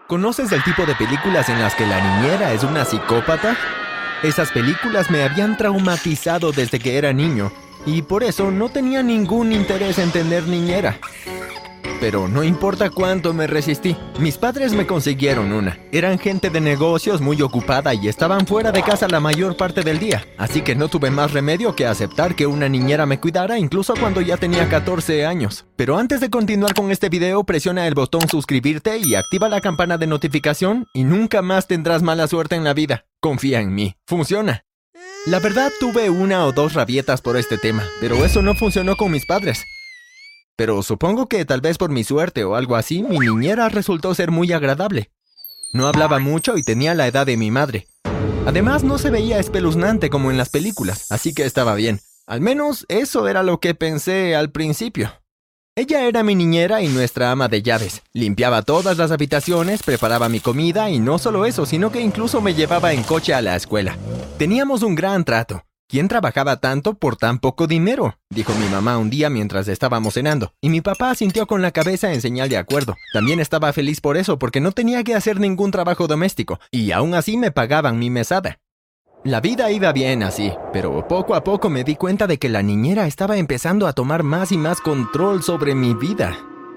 ¿Conoces el tipo de películas en las que la niñera es una psicópata? Esas películas me habían traumatizado desde que era niño y por eso no tenía ningún interés en tener niñera. Pero no importa cuánto me resistí, mis padres me consiguieron una. Eran gente de negocios muy ocupada y estaban fuera de casa la mayor parte del día. Así que no tuve más remedio que aceptar que una niñera me cuidara incluso cuando ya tenía 14 años. Pero antes de continuar con este video, presiona el botón suscribirte y activa la campana de notificación y nunca más tendrás mala suerte en la vida. Confía en mí, funciona. La verdad tuve una o dos rabietas por este tema, pero eso no funcionó con mis padres. Pero supongo que tal vez por mi suerte o algo así, mi niñera resultó ser muy agradable. No hablaba mucho y tenía la edad de mi madre. Además, no se veía espeluznante como en las películas, así que estaba bien. Al menos eso era lo que pensé al principio. Ella era mi niñera y nuestra ama de llaves. Limpiaba todas las habitaciones, preparaba mi comida y no solo eso, sino que incluso me llevaba en coche a la escuela. Teníamos un gran trato. ¿Quién trabajaba tanto por tan poco dinero?, dijo mi mamá un día mientras estábamos cenando, y mi papá asintió con la cabeza en señal de acuerdo. También estaba feliz por eso, porque no tenía que hacer ningún trabajo doméstico, y aún así me pagaban mi mesada. La vida iba bien así, pero poco a poco me di cuenta de que la niñera estaba empezando a tomar más y más control sobre mi vida.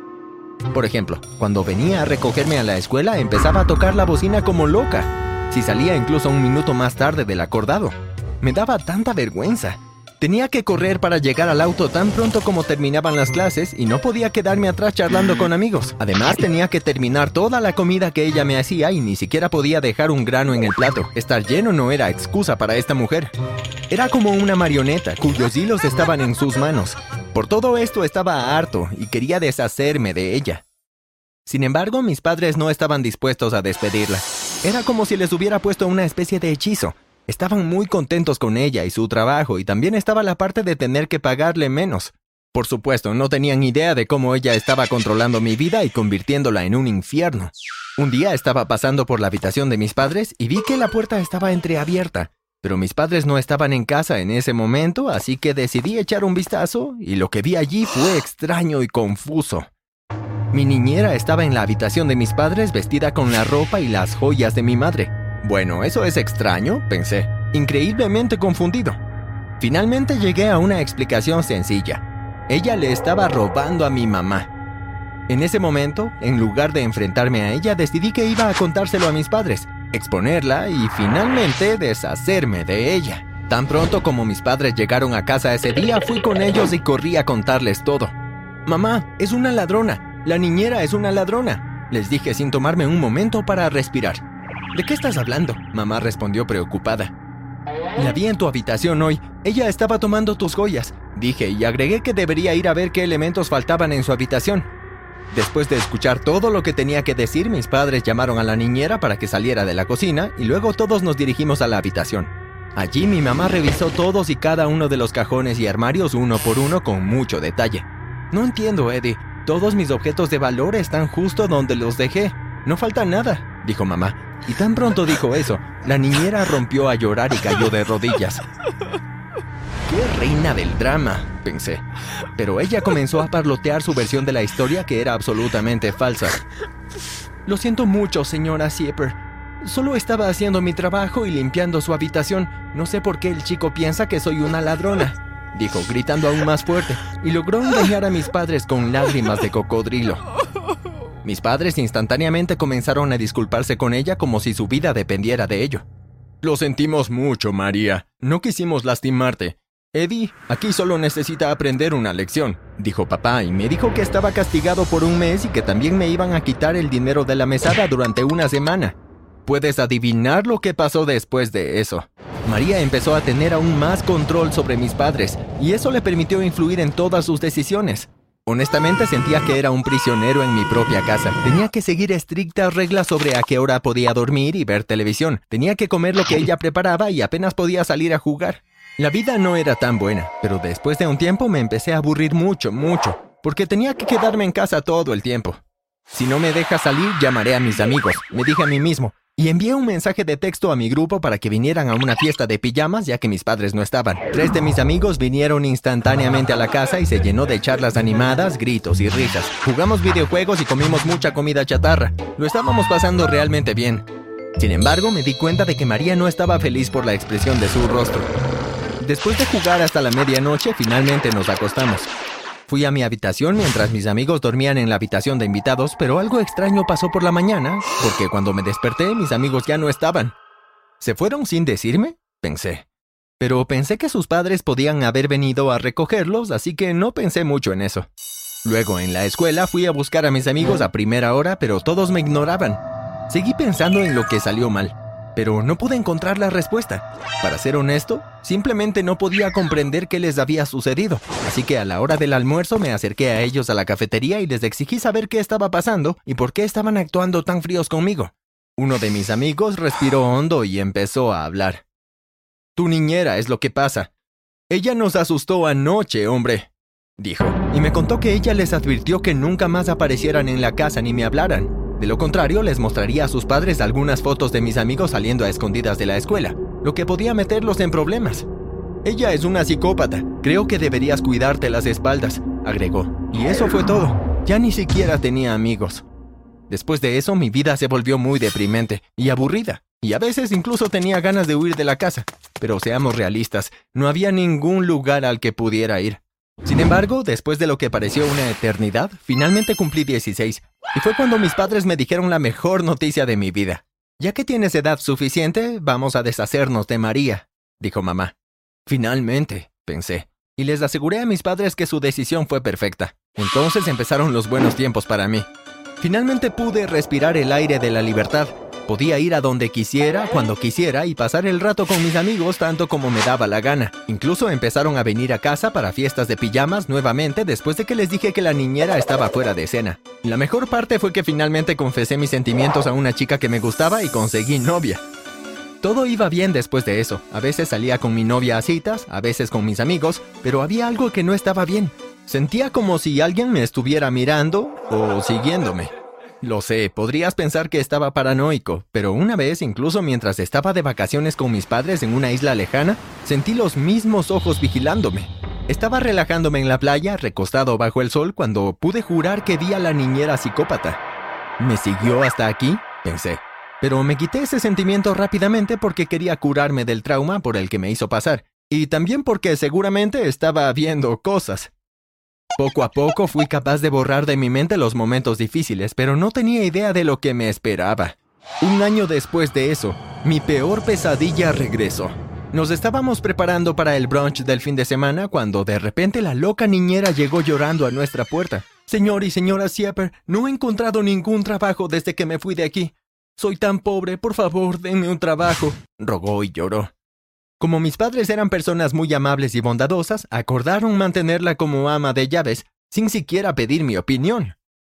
Por ejemplo, cuando venía a recogerme a la escuela, empezaba a tocar la bocina como loca, si salía incluso un minuto más tarde del acordado. Me daba tanta vergüenza. Tenía que correr para llegar al auto tan pronto como terminaban las clases y no podía quedarme atrás charlando con amigos. Además, tenía que terminar toda la comida que ella me hacía y ni siquiera podía dejar un grano en el plato. Estar lleno no era excusa para esta mujer. Era como una marioneta cuyos hilos estaban en sus manos. Por todo esto estaba harto y quería deshacerme de ella. Sin embargo, mis padres no estaban dispuestos a despedirla. Era como si les hubiera puesto una especie de hechizo. Estaban muy contentos con ella y su trabajo, y también estaba la parte de tener que pagarle menos. Por supuesto, no tenían idea de cómo ella estaba controlando mi vida y convirtiéndola en un infierno. Un día estaba pasando por la habitación de mis padres y vi que la puerta estaba entreabierta, pero mis padres no estaban en casa en ese momento, así que decidí echar un vistazo y lo que vi allí fue extraño y confuso. Mi niñera estaba en la habitación de mis padres vestida con la ropa y las joyas de mi madre. Bueno, eso es extraño, pensé, increíblemente confundido. Finalmente llegué a una explicación sencilla. Ella le estaba robando a mi mamá. En ese momento, en lugar de enfrentarme a ella, decidí que iba a contárselo a mis padres, exponerla y finalmente deshacerme de ella. Tan pronto como mis padres llegaron a casa ese día, fui con ellos y corrí a contarles todo. «Mamá, es una ladrona. La niñera es una ladrona», les dije sin tomarme un momento para respirar. «¿De qué estás hablando?», mamá respondió preocupada. «La vi en tu habitación hoy. Ella estaba tomando tus joyas», dije y agregué que debería ir a ver qué elementos faltaban en su habitación. Después de escuchar todo lo que tenía que decir, mis padres llamaron a la niñera para que saliera de la cocina y luego todos nos dirigimos a la habitación. Allí mi mamá revisó todos y cada uno de los cajones y armarios uno por uno con mucho detalle. «No entiendo, Eddie. Todos mis objetos de valor están justo donde los dejé. No falta nada», dijo mamá. Y tan pronto dijo eso, la niñera rompió a llorar y cayó de rodillas. «¡Qué reina del drama!», pensé. Pero ella comenzó a parlotear su versión de la historia que era absolutamente falsa. «Lo siento mucho, señora Sieper. Solo estaba haciendo mi trabajo y limpiando su habitación. No sé por qué el chico piensa que soy una ladrona», dijo, gritando aún más fuerte, y logró engañar a mis padres con lágrimas de cocodrilo. Mis padres instantáneamente comenzaron a disculparse con ella como si su vida dependiera de ello. «Lo sentimos mucho, María. No quisimos lastimarte. Eddie, aquí solo necesita aprender una lección», dijo papá, y me dijo que estaba castigado por un mes y que también me iban a quitar el dinero de la mesada durante una semana. ¿Puedes adivinar lo que pasó después de eso? María empezó a tener aún más control sobre mis padres, y eso le permitió influir en todas sus decisiones. Honestamente sentía que era un prisionero en mi propia casa. Tenía que seguir estrictas reglas sobre a qué hora podía dormir y ver televisión. Tenía que comer lo que ella preparaba y apenas podía salir a jugar. La vida no era tan buena, pero después de un tiempo me empecé a aburrir mucho, porque tenía que quedarme en casa todo el tiempo. «Si no me deja salir, llamaré a mis amigos», me dije a mí mismo, y envié un mensaje de texto a mi grupo para que vinieran a una fiesta de pijamas ya que mis padres no estaban. 3 de mis amigos vinieron instantáneamente a la casa y se llenó de charlas animadas, gritos y risas. Jugamos videojuegos y comimos mucha comida chatarra. Lo estábamos pasando realmente bien. Sin embargo, me di cuenta de que María no estaba feliz por la expresión de su rostro. Después de jugar hasta la medianoche, finalmente nos acostamos. Fui a mi habitación mientras mis amigos dormían en la habitación de invitados, pero algo extraño pasó por la mañana, porque cuando me desperté, mis amigos ya no estaban. ¿Se fueron sin decirme?, pensé. Pero pensé que sus padres podían haber venido a recogerlos, así que no pensé mucho en eso. Luego, en la escuela, fui a buscar a mis amigos a primera hora, pero todos me ignoraban. Seguí pensando en lo que salió mal, pero no pude encontrar la respuesta. Para ser honesto, simplemente no podía comprender qué les había sucedido. Así que a la hora del almuerzo me acerqué a ellos a la cafetería y les exigí saber qué estaba pasando y por qué estaban actuando tan fríos conmigo. Uno de mis amigos respiró hondo y empezó a hablar. «Tu niñera es lo que pasa. Ella nos asustó anoche, hombre», dijo, y me contó que ella les advirtió que nunca más aparecieran en la casa ni me hablaran. De lo contrario, les mostraría a sus padres algunas fotos de mis amigos saliendo a escondidas de la escuela, lo que podía meterlos en problemas. «Ella es una psicópata. Creo que deberías cuidarte las espaldas», agregó. Y eso fue todo. Ya ni siquiera tenía amigos. Después de eso, mi vida se volvió muy deprimente y aburrida, y a veces incluso tenía ganas de huir de la casa. Pero seamos realistas, no había ningún lugar al que pudiera ir. Sin embargo, después de lo que pareció una eternidad, finalmente cumplí 16, y fue cuando mis padres me dijeron la mejor noticia de mi vida. «Ya que tienes edad suficiente, vamos a deshacernos de María», dijo mamá. «Finalmente», pensé, y les aseguré a mis padres que su decisión fue perfecta. Entonces empezaron los buenos tiempos para mí. Finalmente pude respirar el aire de la libertad. Podía ir a donde quisiera, cuando quisiera, y pasar el rato con mis amigos tanto como me daba la gana. Incluso empezaron a venir a casa para fiestas de pijamas nuevamente después de que les dije que la niñera estaba fuera de escena. La mejor parte fue que finalmente confesé mis sentimientos a una chica que me gustaba y conseguí novia. Todo iba bien después de eso. A veces salía con mi novia a citas, a veces con mis amigos, pero había algo que no estaba bien. Sentía como si alguien me estuviera mirando o siguiéndome. Lo sé, podrías pensar que estaba paranoico, pero una vez, incluso mientras estaba de vacaciones con mis padres en una isla lejana, sentí los mismos ojos vigilándome. Estaba relajándome en la playa, recostado bajo el sol, cuando pude jurar que vi a la niñera psicópata. ¿Me siguió hasta aquí?, pensé. Pero me quité ese sentimiento rápidamente porque quería curarme del trauma por el que me hizo pasar, y también porque seguramente estaba viendo cosas. Poco a poco fui capaz de borrar de mi mente los momentos difíciles, pero no tenía idea de lo que me esperaba. Un año después de eso, mi peor pesadilla regresó. Nos estábamos preparando para el brunch del fin de semana cuando de repente la loca niñera llegó llorando a nuestra puerta. «Señor y señora Sieper, no he encontrado ningún trabajo desde que me fui de aquí. Soy tan pobre, por favor, denme un trabajo», rogó y lloró. Como mis padres eran personas muy amables y bondadosas, acordaron mantenerla como ama de llaves, sin siquiera pedir mi opinión.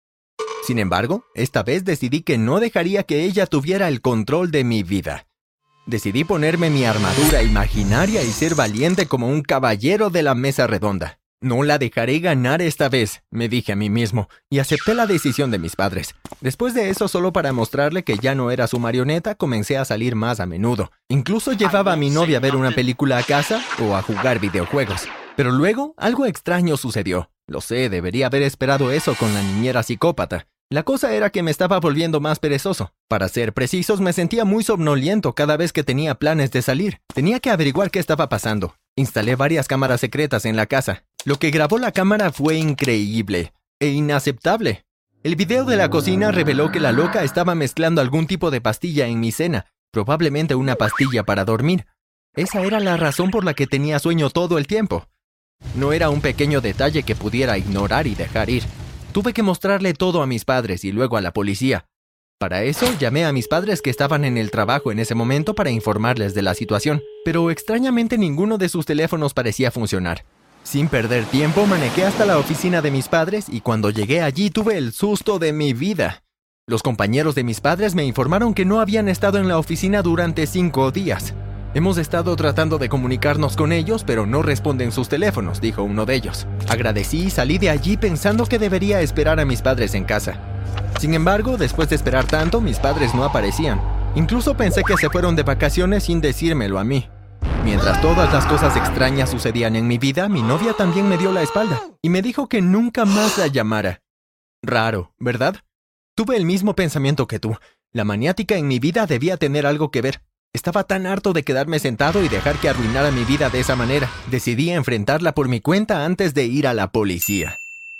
Sin embargo, esta vez decidí que no dejaría que ella tuviera el control de mi vida. Decidí ponerme mi armadura imaginaria y ser valiente como un caballero de la mesa redonda. «No la dejaré ganar esta vez», me dije a mí mismo, y acepté la decisión de mis padres. Después de eso, solo para mostrarle que ya no era su marioneta, comencé a salir más a menudo. Incluso llevaba a mi novia a ver una película a casa o a jugar videojuegos. Pero luego, algo extraño sucedió. Lo sé, debería haber esperado eso con la niñera psicópata. La cosa era que me estaba volviendo más perezoso. Para ser precisos, me sentía muy somnoliento cada vez que tenía planes de salir. Tenía que averiguar qué estaba pasando. Instalé varias cámaras secretas en la casa. Lo que grabó la cámara fue increíble e inaceptable. El video de la cocina reveló que la loca estaba mezclando algún tipo de pastilla en mi cena, probablemente una pastilla para dormir. Esa era la razón por la que tenía sueño todo el tiempo. No era un pequeño detalle que pudiera ignorar y dejar ir. Tuve que mostrarle todo a mis padres y luego a la policía. Para eso, llamé a mis padres que estaban en el trabajo en ese momento para informarles de la situación, pero extrañamente ninguno de sus teléfonos parecía funcionar. Sin perder tiempo, manejé hasta la oficina de mis padres y cuando llegué allí tuve el susto de mi vida. Los compañeros de mis padres me informaron que no habían estado en la oficina durante 5 días. «Hemos estado tratando de comunicarnos con ellos, pero no responden sus teléfonos», dijo uno de ellos. Agradecí y salí de allí pensando que debería esperar a mis padres en casa. Sin embargo, después de esperar tanto, mis padres no aparecían. Incluso pensé que se fueron de vacaciones sin decírmelo a mí. Mientras todas las cosas extrañas sucedían en mi vida, mi novia también me dio la espalda y me dijo que nunca más la llamara. Raro, ¿verdad? Tuve el mismo pensamiento que tú. La maniática en mi vida debía tener algo que ver. Estaba tan harto de quedarme sentado y dejar que arruinara mi vida de esa manera. Decidí enfrentarla por mi cuenta antes de ir a la policía.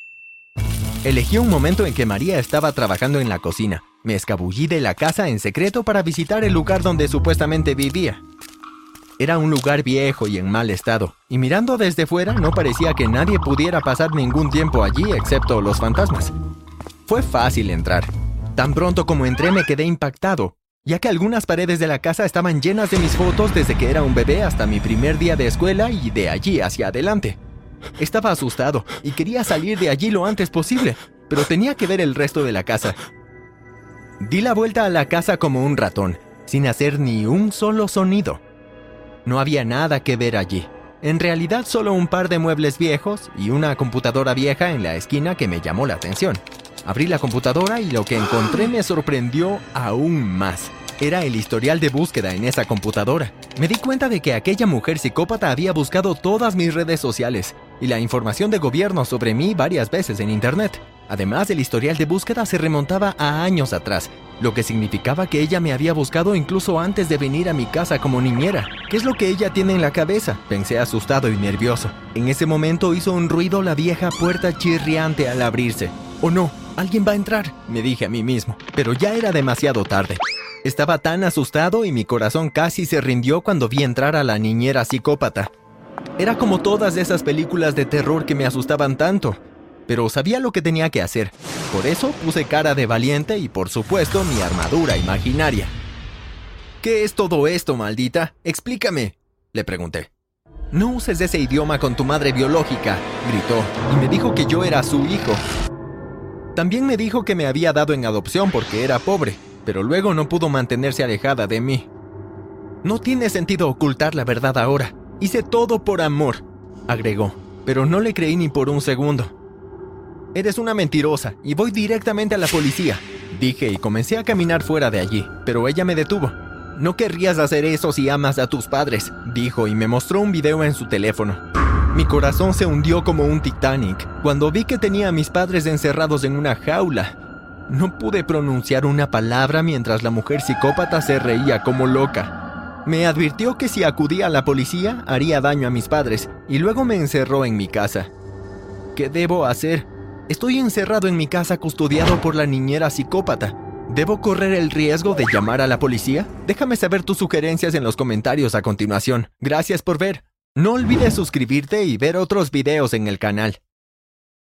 Elegí un momento en que María estaba trabajando en la cocina. Me escabullí de la casa en secreto para visitar el lugar donde supuestamente vivía. Era un lugar viejo y en mal estado, y mirando desde fuera no parecía que nadie pudiera pasar ningún tiempo allí excepto los fantasmas. Fue fácil entrar. Tan pronto como entré me quedé impactado, ya que algunas paredes de la casa estaban llenas de mis fotos desde que era un bebé hasta mi primer día de escuela y de allí hacia adelante. Estaba asustado y quería salir de allí lo antes posible, pero tenía que ver el resto de la casa. Di la vuelta a la casa como un ratón, sin hacer ni un solo sonido. No había nada que ver allí. En realidad solo un par de muebles viejos y una computadora vieja en la esquina que me llamó la atención. Abrí la computadora y lo que encontré me sorprendió aún más. Era el historial de búsqueda en esa computadora. Me di cuenta de que aquella mujer psicópata había buscado todas mis redes sociales y la información de gobierno sobre mí varias veces en internet. Además, el historial de búsqueda se remontaba a años atrás, lo que significaba que ella me había buscado incluso antes de venir a mi casa como niñera. ¿Qué es lo que ella tiene en la cabeza?, pensé asustado y nervioso. En ese momento hizo un ruido la vieja puerta chirriante al abrirse. ¡Oh no! ¡Alguien va a entrar!, me dije a mí mismo. Pero ya era demasiado tarde. Estaba tan asustado y mi corazón casi se rindió cuando vi entrar a la niñera psicópata. Era como todas esas películas de terror que me asustaban tanto. Pero sabía lo que tenía que hacer. Por eso puse cara de valiente y, por supuesto, mi armadura imaginaria. ¿Qué es todo esto, maldita? Explícame, le pregunté. No uses ese idioma con tu madre biológica, gritó, y me dijo que yo era su hijo. También me dijo que me había dado en adopción porque era pobre, pero luego no pudo mantenerse alejada de mí. No tiene sentido ocultar la verdad ahora. Hice todo por amor, agregó, pero no le creí ni por un segundo. Eres una mentirosa y voy directamente a la policía, dije y comencé a caminar fuera de allí, pero ella me detuvo. No querrías hacer eso si amas a tus padres, dijo y me mostró un video en su teléfono. Mi corazón se hundió como un Titanic cuando vi que tenía a mis padres encerrados en una jaula. No pude pronunciar una palabra mientras la mujer psicópata se reía como loca. Me advirtió que si acudía a la policía haría daño a mis padres y luego me encerró en mi casa. ¿Qué debo hacer? Estoy encerrado en mi casa custodiado por la niñera psicópata. ¿Debo correr el riesgo de llamar a la policía? Déjame saber tus sugerencias en los comentarios a continuación. Gracias por ver. No olvides suscribirte y ver otros videos en el canal.